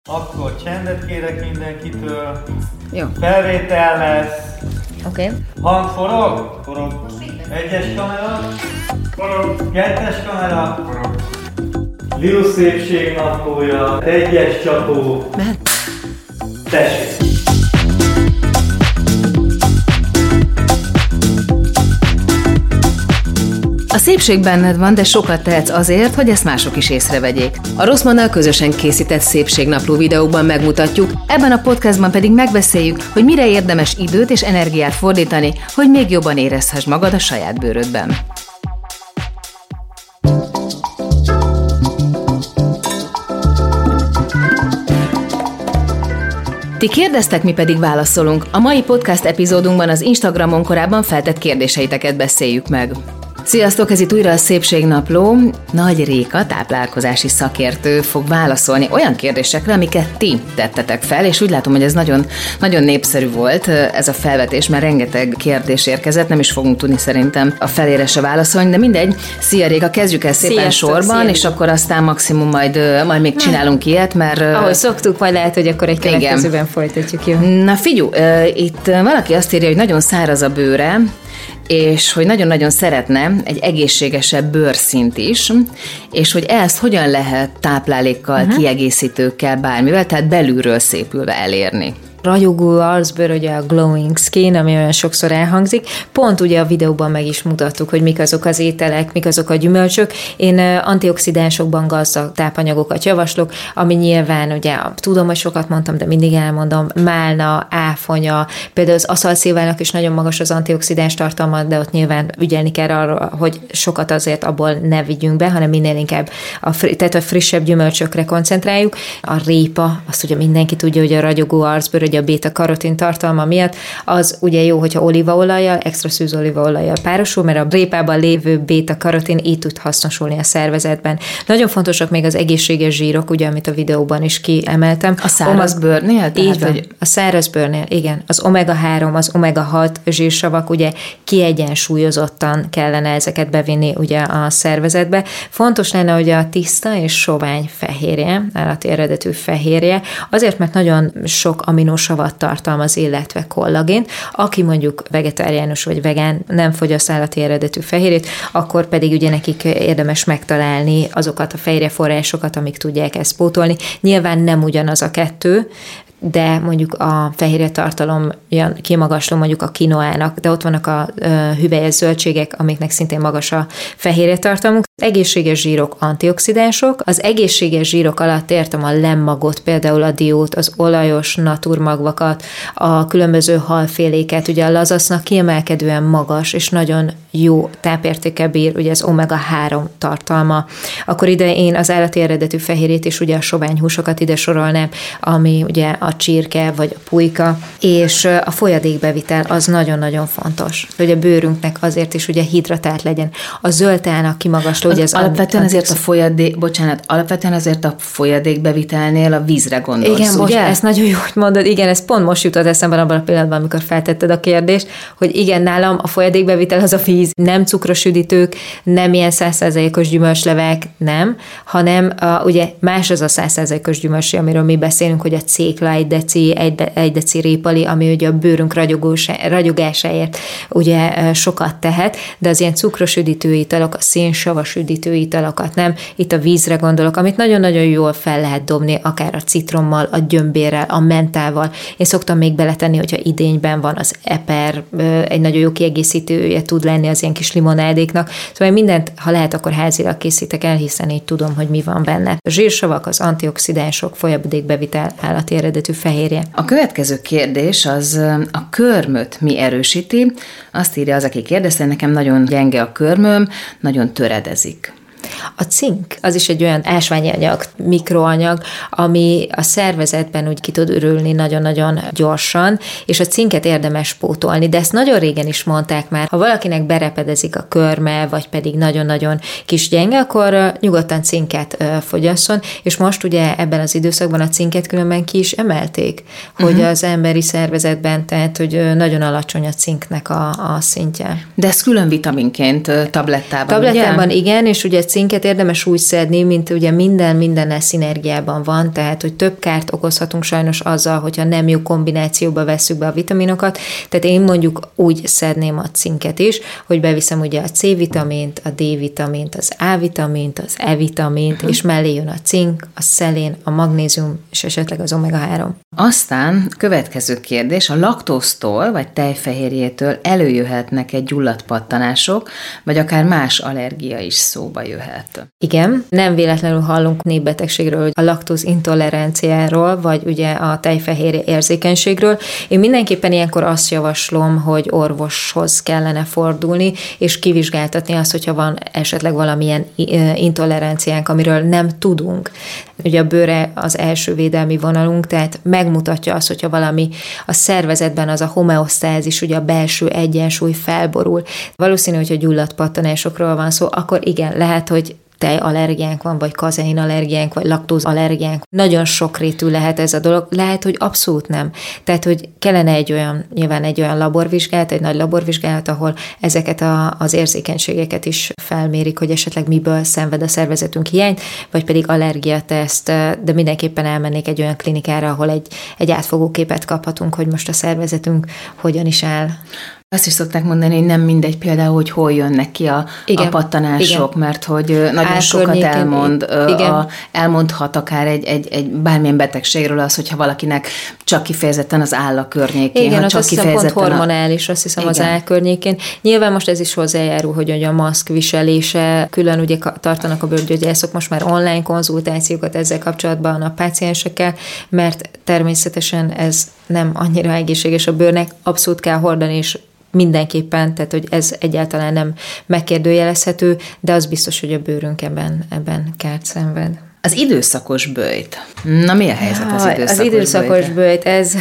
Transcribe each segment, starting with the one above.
Akkor csendet kérek mindenkitől. Jó. Felvétel lesz. Oké. Hang forog? Forog. Egyes kamera? Forog. Kettes kamera? Forog. Liu szépség naplója. Egyes csapó. Mehet. Tessék. A szépség benned van, de sokat tehetsz azért, hogy ezt mások is észrevegyék. A Rosszmannal közösen készített szépségnapló videókban megmutatjuk, ebben a podcastban pedig megbeszéljük, hogy mire érdemes időt és energiát fordítani, hogy még jobban érezhess magad a saját bőrödben. Ti kérdeztek, mi pedig válaszolunk. A mai podcast epizódunkban az Instagramon korábban feltett kérdéseiteket beszéljük meg. Sziasztok, ez itt újra a Szépségnapló. Nagy Réka, táplálkozási szakértő fog válaszolni olyan kérdésekre, amiket ti tettetek fel, és úgy látom, hogy ez nagyon, nagyon népszerű volt ez a felvetés, mert rengeteg kérdés érkezett, nem is fogunk tudni szerintem a felére se válaszolni, de mindegy. Szia Réka, kezdjük el szépen sziasztok, sorban, és akkor aztán maximum majd még csinálunk ilyet, mert... Ahogy szoktuk, majd lehet, hogy akkor egy következőben folytatjuk, jó? Na figyelj, itt valaki azt írja, hogy nagyon száraz a bőre, és hogy nagyon-nagyon szeretne egy egészségesebb bőrszint is, és hogy ezt hogyan lehet táplálékkal, kiegészítőkkel, bármivel, tehát belülről szépülve elérni. Ragyogó arcbőr, ugye a glowing skin, ami olyan sokszor elhangzik. Pont ugye a videóban meg is mutattuk, hogy mik azok az ételek, mik azok a gyümölcsök. Én antioxidánsokban gazdag tápanyagokat javaslok, ami nyilván, ugye tudom, hogy sokat mondtam, de mindig elmondom, málna, áfonya, például az aszalszilvának is nagyon magas az antioxidáns tartalma, de ott nyilván ügyelni kell arra, hogy sokat azért abból ne vigyünk be, hanem minél inkább tehát a frissebb gyümölcsökre koncentráljuk. A répa, azt ugye mindenki tudja, hogy a ragyogó arcbőr, hogy a béta-karotin tartalma miatt, az ugye jó, hogyha olívaolajjal, extra szűz olívaolajjal párosul, mert a répában lévő béta-karotin így tud hasznosulni a szervezetben. Nagyon fontosak még az egészséges zsírok, ugye, amit a videóban is kiemeltem. A szárazbőrnél? Így van, a szárazbőrnél, igen. Az omega-3, az omega-6 zsírsavak, ugye kiegyensúlyozottan kellene ezeket bevinni ugye a szervezetbe. Fontos lenne, hogy a tiszta és sovány fehérje, állati eredetű fehérje, azért, mert nagyon sok aminosavat tartalmaz, illetve kollagént. Aki mondjuk vegetáriánus vagy vegán, nem fogyaszt állati eredetű fehérjét, akkor pedig ugye nekik érdemes megtalálni azokat a fehérjeforrásokat, amik tudják ezt pótolni. Nyilván nem ugyanaz a kettő, de mondjuk a fehérje tartalom kimagasló mondjuk a kinoának, de ott vannak a hüvelyes zöldségek, amiknek szintén magas a fehérje tartalmuk. Egészséges zsírok, antioxidánsok. Az egészséges zsírok alatt értem a lemmagot, például a diót, az olajos naturmagvakat, a különböző halféléket, ugye a lazacnak kiemelkedően magas, és nagyon jó tápértéke bír, ugye az omega-3 tartalma. Akkor ide én az állati eredetű fehérjét és ugye a soványhúsokat ide sorolnám, ami ugye a csirke vagy a pulyka, és a folyadékbevitel az nagyon-nagyon fontos, hogy a bőrünknek azért is ugye hidratált legyen. A zöldteának kimagasló, ugye az alapvetően azért a folyadékbevitelnél a vízre gondolsz, igen, ugye? Most ezt nagyon jó, hogy mondod, igen, ez pont most jutott eszembe abban a pillanatban, amikor feltetted a kérdést, hogy igen, nálam a folyadékbevitel az a víz, nem cukros üdítők, nem ilyen 100%-os gyümölcslevek, nem, hanem ugye más az a 100%-os gyümölcs, amiről mi beszélünk, hogy a cékla, egy deci répali, ami ugye a bőrünk ragyogásáért ugye sokat tehet, de az ilyen cukros üdítőitalok, a szénsavas üdítőitalokat nem, itt a vízre gondolok, amit nagyon-nagyon jól fel lehet dobni, akár a citrommal, a gyömbérrel, a mentával. Én szoktam még beletenni, hogyha idényben van az eper, egy nagyon jó kiegészítője tud lenni az ilyen kis limonádéknak. Szóval mindent, ha lehet, akkor házilag készítek el, hiszen így tudom, hogy mi van benne. A zsírsavak, az antioxidánsok, folyadékbevitel, állati eredetű fehérje. A következő kérdés az a körmöt mi erősíti. Azt írja az, aki kérdezte, nekem nagyon gyenge a körmöm, nagyon töredezik. A cink, az is egy olyan ásványi anyag, mikroanyag, ami a szervezetben úgy ki tud ürülni nagyon-nagyon gyorsan, és a cinket érdemes pótolni, de ezt nagyon régen is mondták már, ha valakinek berepedezik a körme, vagy pedig nagyon-nagyon kis gyenge, akkor nyugodtan cinket fogyasszon, és most ugye ebben az időszakban a cinket különben ki is emelték, hogy az emberi szervezetben, tehát hogy nagyon alacsony a cinknek a szintje. De ez külön vitaminként tablettában, tablettában, ugye? Igen, és ugye cink cinket érdemes úgy szedni, mint ugye mindennel szinergiában van, tehát hogy több kárt okozhatunk sajnos azzal, hogyha nem jó kombinációba vesszük be a vitaminokat, tehát én mondjuk úgy szedném a cinket is, hogy beviszem ugye a C-vitamint, a D-vitamint, az A-vitamint, az E-vitamint, és mellé jön a cink, a szelén, a magnézium, és esetleg az omega-3. Aztán következő kérdés, a laktóztól vagy tejfehérjétől előjöhetnek-e gyulladpattanások, vagy akár más allergia is szóba jöhet? Igen, nem véletlenül hallunk népbetegségről, hogy a laktóz intoleranciáról, vagy ugye a tejfehérje érzékenységről. Én mindenképpen ilyenkor azt javaslom, hogy orvoshoz kellene fordulni, és kivizsgáltatni azt, hogyha van esetleg valamilyen intoleranciánk, amiről nem tudunk. Ugye a bőre az első védelmi vonalunk, tehát megmutatja azt, hogyha valami a szervezetben az a homeosztázis, ugye a belső egyensúly felborul. Valószínű, hogyha gyulladpattanásokról van szó, akkor igen, lehet, hogy tejallergiánk van, vagy kazeinallergiánk, vagy laktózallergiánk. Nagyon sokrétű lehet ez a dolog, lehet, hogy abszolút nem. Tehát, hogy kellene nyilván egy olyan laborvizsgálat, egy nagy laborvizsgálat, ahol ezeket az érzékenységeket is felmérik, hogy esetleg miből szenved a szervezetünk hiányt, vagy pedig allergiateszt, de mindenképpen elmennék egy olyan klinikára, ahol egy átfogó képet kaphatunk, hogy most a szervezetünk hogyan is áll. Azt is szokták mondani, hogy nem mindegy például, hogy hol jönnek ki a pattanások, igen. Mert hogy nagyon sokat elmond, elmondhat akár egy bármilyen betegségről az, hogyha valakinek csak kifejezetten az álla környékén. Igen, csak azt hiszem pont hormonális, azt hiszem igen. Az áll környékén. Nyilván most ez is hozzájárul, hogy a maszk viselése, külön ugye tartanak a bőrgyógyászok most már online konzultációkat ezzel kapcsolatban a páciensekkel, mert természetesen ez nem annyira egészséges a bőrnek, abszolút kell hordani, és mindenképpen, tehát hogy ez egyáltalán nem megkérdőjelezhető, de az biztos, hogy a bőrünk ebben kárt szenved. Az időszakos bőjt. Na, mi a helyzet az időszakos bőjt? Az időszakos bőjt, ez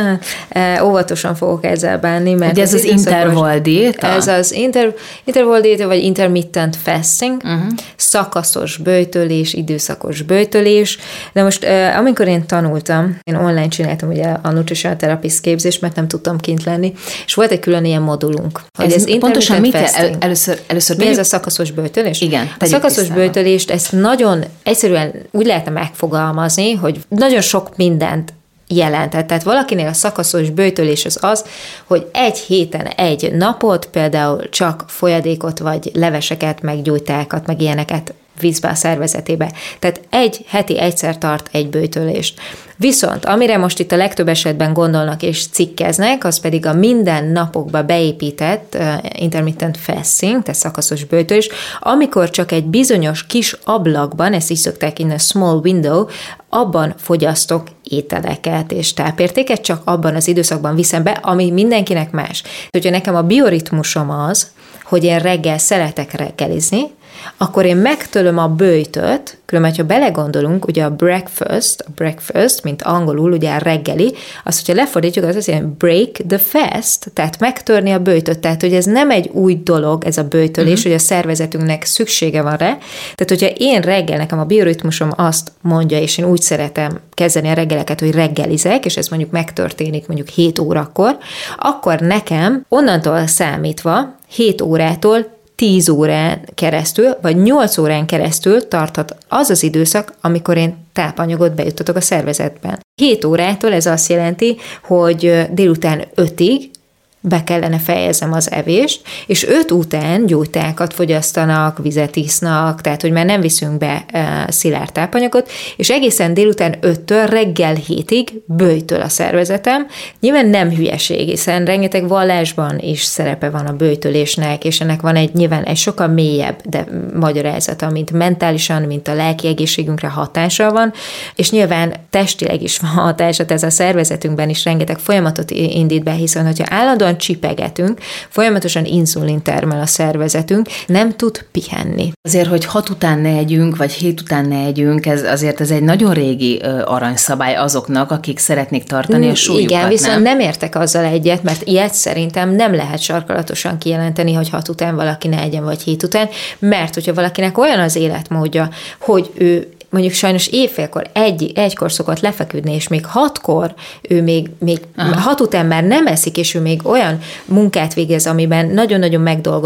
óvatosan fogok ezzel bánni, mert ugye ez az interval diéta? Ez az interval diéta, vagy intermittent fasting, szakaszos böjtölés, időszakos böjtölés. De most, amikor én tanultam, én online csináltam ugye a Nutritional Therapist képzést, mert nem tudtam kint lenni, és volt egy külön ilyen modulunk. Ez pontosan mit először mi ez a szakaszos böjtölés? Igen. A szakaszos böjtölést, ezt nagyon egyszerűen úgy lehetne megfogalmazni, hogy nagyon sok mindent jelentett. Tehát valakinél a szakaszos böjtölés az, hogy egy héten egy napot, például csak folyadékot, vagy leveseket, meg gyújtákat, meg ilyeneket visz be a szervezetébe. Tehát egy heti egyszer tart egy böjtölést. Viszont amire most itt a legtöbb esetben gondolnak és cikkeznek, az pedig a minden napokba beépített intermittent fasting, tehát szakaszos böjtölés, amikor csak egy bizonyos kis ablakban, ezt is szokták in a small window, abban fogyasztok ételeket és tápértéket, csak abban az időszakban viszem be, ami mindenkinek más. Hogyha nekem a bioritmusom az, hogy én reggel szeretek reggelizni, akkor én megtölöm a böjtöt, különben, ha belegondolunk, ugye a breakfast, mint angolul, ugye a reggeli, az, hogyha lefordítjuk, az ilyen break the fast, tehát megtörni a böjtöt, tehát, hogy ez nem egy új dolog, ez a böjtölés, hogy a szervezetünknek szüksége van rá, tehát, hogyha én reggel, nekem a bioritmusom azt mondja, és én úgy szeretem kezdeni a reggeleket, hogy reggelizek, és ez mondjuk megtörténik mondjuk 7 órakor, akkor nekem onnantól számítva 7 órától 10 órán keresztül, vagy 8 órán keresztül tarthat az az időszak, amikor én tápanyagot bejuttatok a szervezetben. 7 órától ez azt jelenti, hogy délután 5-ig be kellene fejezem az evést, és 5 után gyógytákat fogyasztanak, vizet isznak, tehát hogy már nem viszünk be szilárd tápanyagot, és egészen délután 5-től reggel 7-ig böjtöl a szervezetem. Nyilván nem hülyeség, hiszen rengeteg vallásban is szerepe van a böjtölésnek, és ennek van nyilván egy sokkal mélyebb magyarázata, mint mentálisan, mint a lelki egészségünkre hatása van, és nyilván testileg is van hatása, ez a szervezetünkben is rengeteg folyamatot indít be, hiszen hogyha állandóan csipegetünk, folyamatosan inzulin termel a szervezetünk, nem tud pihenni. Azért, hogy 6 után ne együnk, vagy 7 után ne együnk, ez egy nagyon régi aranyszabály azoknak, akik szeretnék tartani a súlyukat. Igen, viszont nem értek azzal egyet, mert ilyet szerintem nem lehet sarkalatosan kijelenteni, hogy 6 után valaki ne egyen, vagy 7 után, mert hogyha valakinek olyan az életmódja, hogy ő mondjuk sajnos éjfélkor, egykor szokott lefeküdni, és még 6-kor ő még 6 után már nem eszik, és ő még olyan munkát végez, amiben nagyon-nagyon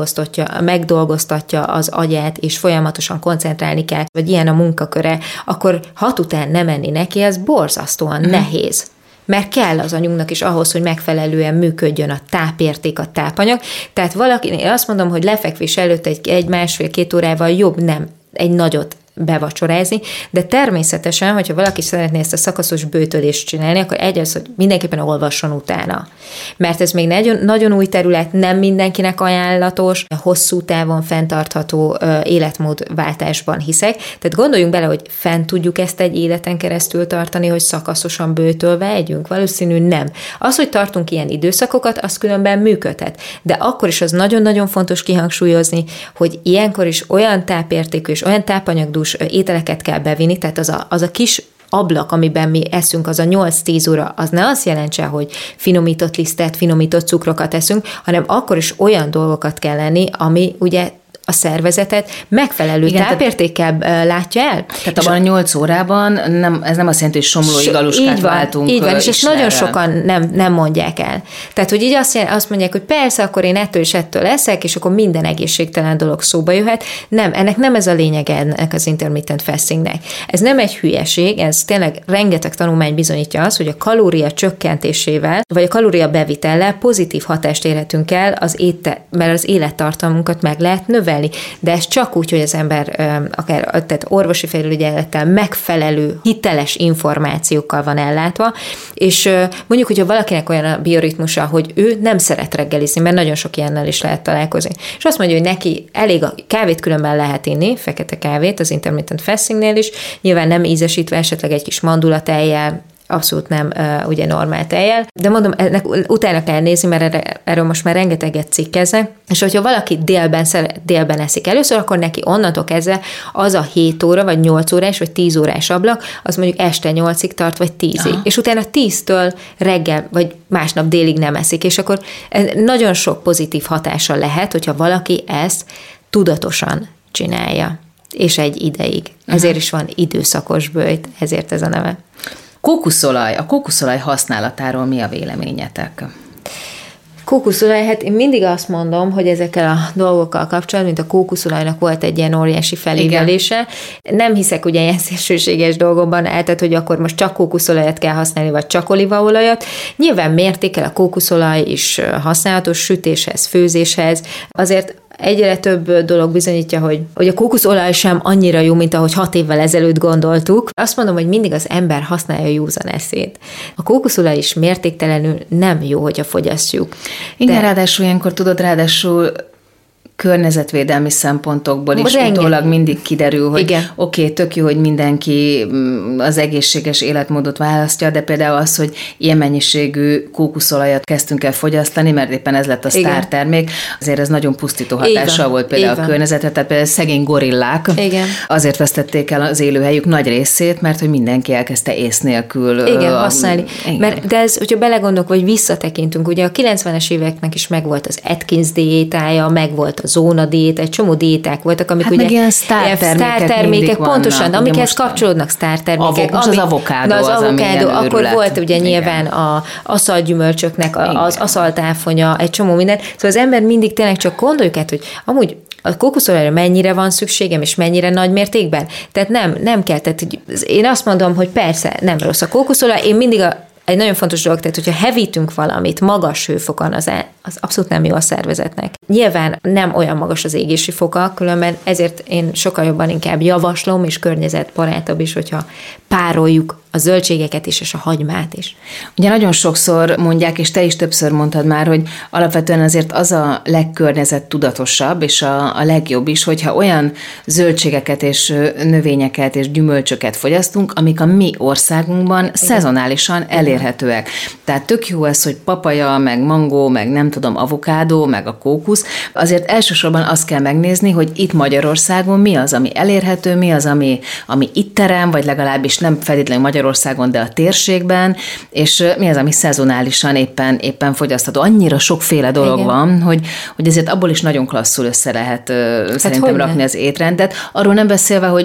megdolgoztatja az agyát, és folyamatosan koncentrálni kell, vagy ilyen a munkaköre, akkor 6 után nem enni neki, ez borzasztóan nehéz. Mert kell az anyunknak is ahhoz, hogy megfelelően működjön a tápérték, a tápanyag. Tehát valaki, én azt mondom, hogy lefekvés előtt egy 1,5-2 órával jobb nem egy nagyot bevacsorázni, de természetesen, hogyha valaki szeretné ezt a szakaszos böjtölést csinálni, akkor egyrészt, hogy mindenképpen olvasson utána. Mert ez még nagyon új terület, nem mindenkinek ajánlatos, hosszú távon fenntartható életmódváltásban hiszek. Tehát gondoljunk bele, hogy fent tudjuk ezt egy életen keresztül tartani, hogy szakaszosan böjtölve együnk? Valószínű nem. Az, hogy tartunk ilyen időszakokat, az különben működhet. De akkor is az nagyon-nagyon fontos kihangsúlyozni, hogy ilyenkor is olyan tápértékű és olyan tápanyagdús ételeket kell bevinni, tehát az a kis ablak, amiben mi eszünk, az a 8-10 óra, az ne azt jelentse, hogy finomított lisztet, finomított cukrokat eszünk, hanem akkor is olyan dolgokat kell lenni, ami ugye a szervezetet megfelelő tápértékkel látja el. Tehát abban a 8 órában ez nem azt jelenti, hogy somlói galuskát váltunk. Így van, és ezt nagyon sokan nem mondják el. Tehát, hogy így azt mondják, hogy persze, akkor én ettől és ettől leszek, és akkor minden egészségtelen dolog szóba jöhet. Nem, ennek nem ez a lényege ennek az intermittent fastingnek. Ez nem egy hülyeség, ez tényleg rengeteg tanulmány bizonyítja azt, hogy a kalória csökkentésével, vagy a kalória bevitellel pozitív hatást érhetünk el, mert az élettartamunkat meg lehet növelni. De ez csak úgy, hogy az ember tehát orvosi felügyelettel megfelelő, hiteles információkkal van ellátva, és mondjuk, hogyha valakinek olyan a bioritmusa, hogy ő nem szeret reggelizni, mert nagyon sok ilyennel is lehet találkozni. És azt mondja, hogy neki elég a kávét különben lehet inni, fekete kávét az intermittent fastingnél is, nyilván nem ízesítve, esetleg egy kis mandulateljel, abszolút nem ugye normál tejjel, de mondom, ennek utána kell nézni, mert erről most már rengeteget cikkeznek, és hogyha valaki délben eszik először, akkor neki onnantól kezdve az a 7 óra, vagy 8 órás, vagy 10 órás ablak, az mondjuk este 8-ig tart, vagy 10-ig. Aha. És utána 10-től reggel, vagy másnap délig nem eszik, és akkor nagyon sok pozitív hatása lehet, hogyha valaki ezt tudatosan csinálja, és egy ideig. Ezért is van időszakos böjt, ezért ez a neve. Kókuszolaj. A kókuszolaj használatáról mi a véleményetek? Kókuszolaj, hát én mindig azt mondom, hogy ezekkel a dolgokkal kapcsolatban, mint a kókuszolajnak volt egy ilyen óriási felívelése. Nem hiszek ugye ilyen szélsőséges dolgokban, tehát hogy akkor most csak kókuszolajat kell használni, vagy csak olívaolajat. Nyilván mértékkel a kókuszolaj is használatos sütéshez, főzéshez. Azért egyre több dolog bizonyítja, hogy a kókuszolaj sem annyira jó, mint ahogy 6 évvel ezelőtt gondoltuk. Azt mondom, hogy mindig az ember használja a józan eszét. A kókuszolaj is mértéktelenül nem jó, hogyha fogyasztjuk. Igen, ráadásul ilyenkor tudod, környezetvédelmi szempontokból is utólag mindig kiderül, hogy oké, tök jó, hogy mindenki az egészséges életmódot választja, de például az, hogy ilyen mennyiségű kókuszolajat kezdtünk el fogyasztani, mert éppen ez lett a sztártermék, azért ez nagyon pusztító hatással volt például a környezetre, tehát például szegény gorillák azért vesztették el az élőhelyük nagy részét, mert hogy mindenki elkezdte ész nélkül használni. De ez, hogyha belegondolok, vagy visszatekintünk, ugye a 90-es éveknek is megvolt az Atkins diétája, megvolt a zóna diét, egy csomó diéták voltak, amik ugye ilyen sztártermékek pontosan, de amikhez kapcsolódnak sztártermékek. Most az avokádó akkor volt ugye nyilván a aszalgyümölcsöknek, az aszaltáfonya, egy csomó minden. Szóval az ember mindig tényleg csak gondoljuk át, hogy amúgy a kókuszolajra mennyire van szükségem, és mennyire nagy mértékben. Tehát nem kell. Tehát én azt mondom, hogy persze nem rossz a kókuszolaj, én mindig egy nagyon fontos dolog, tehát hogyha hevítünk valamit magas hőfokon, az abszolút nem jó a szervezetnek. Nyilván nem olyan magas az égési foka, különben ezért én sokkal jobban inkább javaslom, és környezetbarátabb is, hogyha pároljuk a zöldségeket is, és a hagymát is. Ugye nagyon sokszor mondják, és te is többször mondtad már, hogy alapvetően azért az a legkörnyezettudatosabb, és a legjobb is, hogyha olyan zöldségeket és növényeket és gyümölcsöket fogyasztunk, amik a mi országunkban szezonálisan elérhetőek. Tehát tök jó ez, hogy papaja, meg mangó, meg nem tudom, avokádó, meg a kókusz. Azért elsősorban azt kell megnézni, hogy itt Magyarországon mi az, ami elérhető, mi az, ami itt terem, vagy legalábbis nem feltétlenül Magyarországon, de a térségben, és mi az, ami szezonálisan éppen fogyasztható. Annyira sokféle dolog van, hogy ezért abból is nagyon klasszul össze lehet szerintem rakni az étrendet. Arról nem beszélve, hogy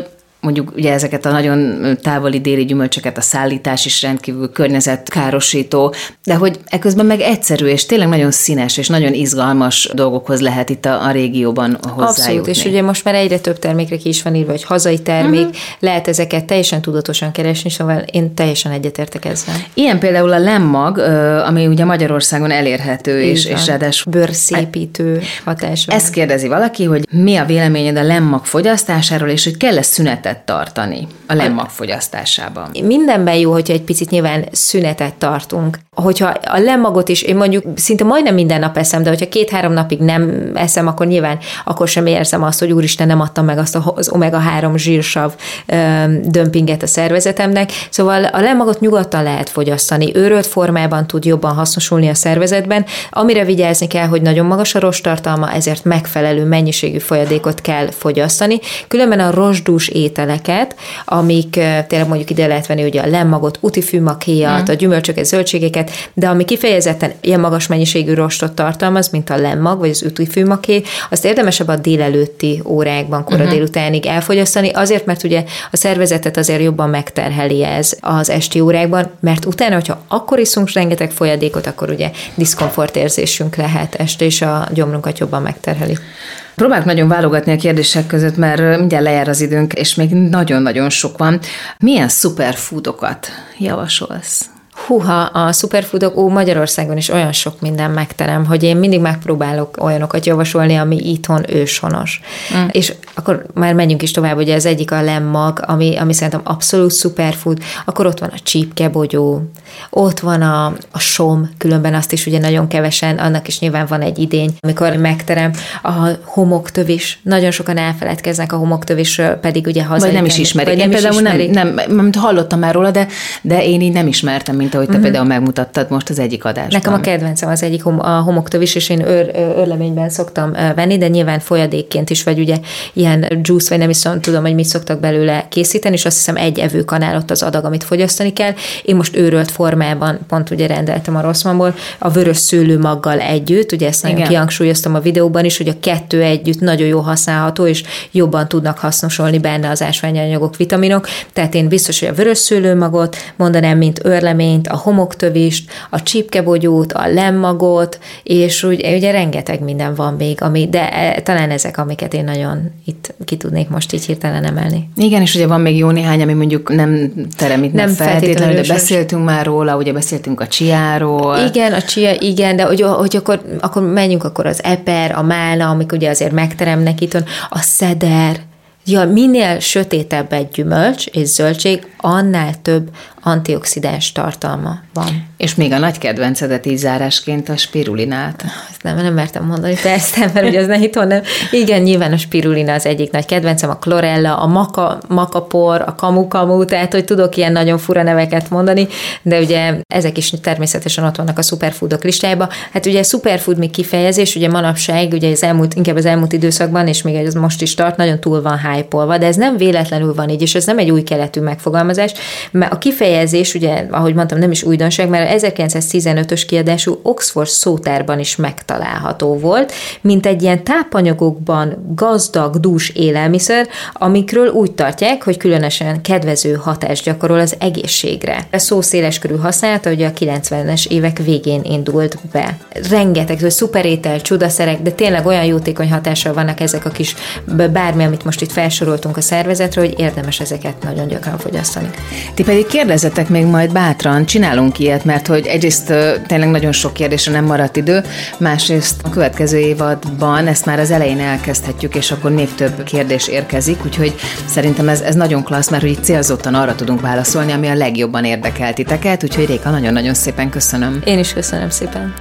mondjuk ugye ezeket a nagyon távoli déli gyümölcsöket, a szállítás is rendkívül környezetkárosító, de hogy eközben meg egyszerű, és tényleg nagyon színes, és nagyon izgalmas dolgokhoz lehet itt a régióban hozzájutni. Abszolút, és ugye most már egyre több termékre ki is van írva, hogy hazai termék, lehet ezeket teljesen tudatosan keresni, szóval én teljesen egyetértek ezzel. Ilyen például a lemmag, ami ugye Magyarországon elérhető, és ráadásul bőrszépítő hatású. Ezt kérdezi valaki, hogy mi a véleményed a lemmag fogyasztásáról, és hogy kell-e szünetet tartani a lemmag fogyasztásában? Mindenben jó, hogyha egy picit nyilván szünetet tartunk. Hogyha a lemmagot is, én mondjuk szinte majdnem minden nap eszem, de hogyha 2-3 napig nem eszem, akkor nyilván akkor sem érzem azt, hogy úristen, nem adtam meg azt az omega-3 zsírsav dömpinget a szervezetemnek. Szóval a lemmagot nyugodtan lehet fogyasztani. Őrölt formában tud jobban hasznosulni a szervezetben. Amire vigyázni kell, hogy nagyon magas a rosttartalma, ezért megfelelő mennyiségű folyadékot kell fogyasztani. Különben a rostdús ételeket, amik tényleg mondjuk ide lehet venni ugye a lemmagot, utifűmakéjat, a gyümölcsöket, zöldségeket, de ami kifejezetten ilyen magas mennyiségű rostot tartalmaz, mint a lemmag, vagy az utifűmaké, azt érdemesebb a délelőtti órákban, kora délutánig elfogyasztani, azért, mert ugye a szervezetet azért jobban megterheli ez az esti órákban, mert utána, hogyha akkor iszunk rengeteg folyadékot, akkor ugye diszkomfortérzésünk lehet este, és a gyomrunkat jobban megterheli. Próbálok nagyon válogatni a kérdések között, mert mindjárt lejár az időnk, és még nagyon-nagyon sok van. Milyen szuperfoodokat javasolsz? Húha, a superfoodok, Magyarországon is olyan sok minden megterem, hogy én mindig megpróbálok olyanokat javasolni, ami itthon őshonos. És akkor már menjünk is tovább, ugye az egyik a lemmag, ami szerintem abszolút superfood, akkor ott van a csípkebogyó, ott van a som, különben azt is ugye nagyon kevesen, annak is nyilván van egy idény, amikor megterem, a homoktövis, nagyon sokan elfeledkeznek a homoktövisről, pedig ugye hazai. Vagy nem is ismerik. Én például nem hallottam már róla, de én így nem ismertem, mint ahogy te például megmutattad most az egyik adásban. Nekem a kedvencem az egyik a homoktövis, és én őrleményben szoktam venni, de nyilván folyadékként is, vagy ugye ilyen juice, vagy nem is tudom, hogy mit szoktak belőle készíteni, és azt hiszem egy evőkanál ott az adag, amit fogyasztani kell. Én most őrölt formában, pont ugye rendeltem a Rosszmanból, a vörös szőlőmaggal együtt, ugye ezt nagyon kihangsúlyoztam a videóban is, hogy a kettő együtt nagyon jó használható, és jobban tudnak hasznosulni benne az ásványanyagok, vitaminok. Tehát én biztos, hogy a vörös szőlőmagot mondanám, mint őrleményt, a homoktövist, a csípkebogyót, a lemmagot, és ugye rengeteg minden van még, de talán ezek, amiket én nagyon itt ki tudnék most így hirtelen emelni. Igen, és ugye van még jó néhány, ami mondjuk nem teremít, nem feltétlenül, de beszéltünk már róla, ugye beszéltünk a csiáról. Igen, a csia, igen, de hogy akkor menjünk akkor az eper, a málna, amik ugye azért megteremnek itt, a szeder. Ja, minél sötétebb egy gyümölcs és zöldség, annál több antioxidáns tartalma van. És még a nagy kedvencedet így zárásként, a spirulinát. Ezt nem mertem mondani, persze, mert ugye az ne hitom, nem. Igen, nyilván a spirulina az egyik nagy kedvencem, a chlorella, a makapor, a kamu, tehát hogy tudok ilyen nagyon fura neveket mondani, de ugye ezek is természetesen ott vannak a superfoodok listájában. Hát ugye a superfood még kifejezés, ugye manapság, ugye inkább az elmúlt időszakban, és még ez most is tart, nagyon túl van hype-olva, de ez nem véletlenül van így, és ez nem egy új keletű megfogalmazás, mert a kifejezés, ugye, ahogy mondtam, nem is újdonság, mert 1915-ös kiadású Oxford szótárban is megtalálható volt, mint egy ilyen tápanyagokban gazdag, dús élelmiszer, amikről úgy tartják, hogy különösen kedvező hatást gyakorol az egészségre. A szó széleskörű használata ugye a 90-es évek végén indult be. Rengeteg szuperétel, csodaszerek, de tényleg olyan jótékony hatással vannak ezek a kis bármi, amit most itt felsoroltunk a szervezetről, hogy érdemes ezeket nagyon gyakran fogyasztani. Ti pedig kérdezzetek még majd bátran, csinálunk ilyet, mert hogy egyrészt tényleg nagyon sok kérdésre nem maradt idő, másrészt a következő évadban ezt már az elején elkezdhetjük, és akkor még több kérdés érkezik, úgyhogy szerintem ez nagyon klassz, mert hogy itt célzottan arra tudunk válaszolni, ami a legjobban érdekel titeket, úgyhogy Réka, nagyon-nagyon szépen köszönöm. Én is köszönöm szépen.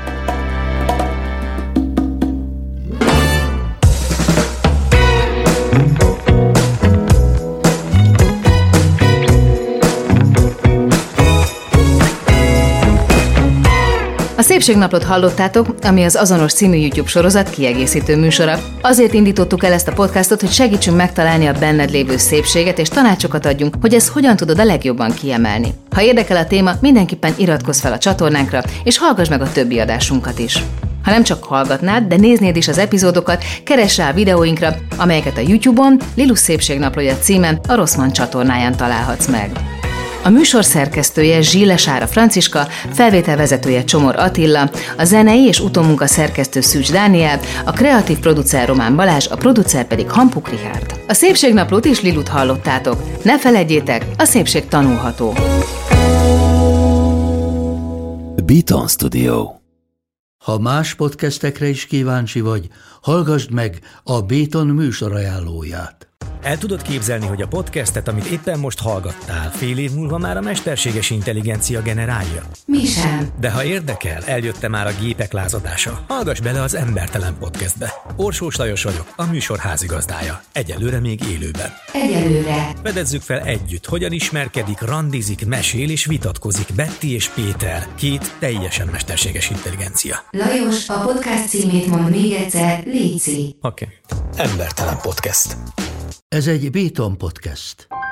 A Szépségnaplót hallottátok, ami az Azonos című YouTube sorozat kiegészítő műsora. Azért indítottuk el ezt a podcastot, hogy segítsünk megtalálni a benned lévő szépséget, és tanácsokat adjunk, hogy ezt hogyan tudod a legjobban kiemelni. Ha érdekel a téma, mindenképpen iratkozz fel a csatornánkra, és hallgass meg a többi adásunkat is. Ha nem csak hallgatnád, de néznéd is az epizódokat, keress rá a videóinkra, amelyeket a YouTube-on, Lilus Szépségnaplója címen a Rosszmann csatornáján találhatsz meg. A műsor szerkesztője Zsillesára Franciska, felvételvezetője Csomor Attila, a zenei és utómunka szerkesztő Szűcs Dániel, a kreatív producer Román Balázs, a producer pedig Hampuk Richárd. A Szépségnaplót és Lilut hallottátok. Ne feledjétek, a szépség tanulható. Beaton Studio. Ha más podcastekre is kíváncsi vagy, hallgassd meg a Beaton műsorajánlóját. El tudod képzelni, hogy a podcastet, amit éppen most hallgattál, fél év múlva már a mesterséges intelligencia generálja? Mi sem. De ha érdekel, eljött már a gépek lázadása. Hallgass bele az Embertelen Podcastbe. Orsós Lajos vagyok, a műsor házigazdája. Egyelőre még élőben. Egyelőre. Fedezzük fel együtt, hogyan ismerkedik, randizik, mesél és vitatkozik Betty és Péter, két teljesen mesterséges intelligencia. Lajos, a podcast címét mond még egyszer, léci. Oké. Embertelen Podcast. Ez egy Beaton Podcast.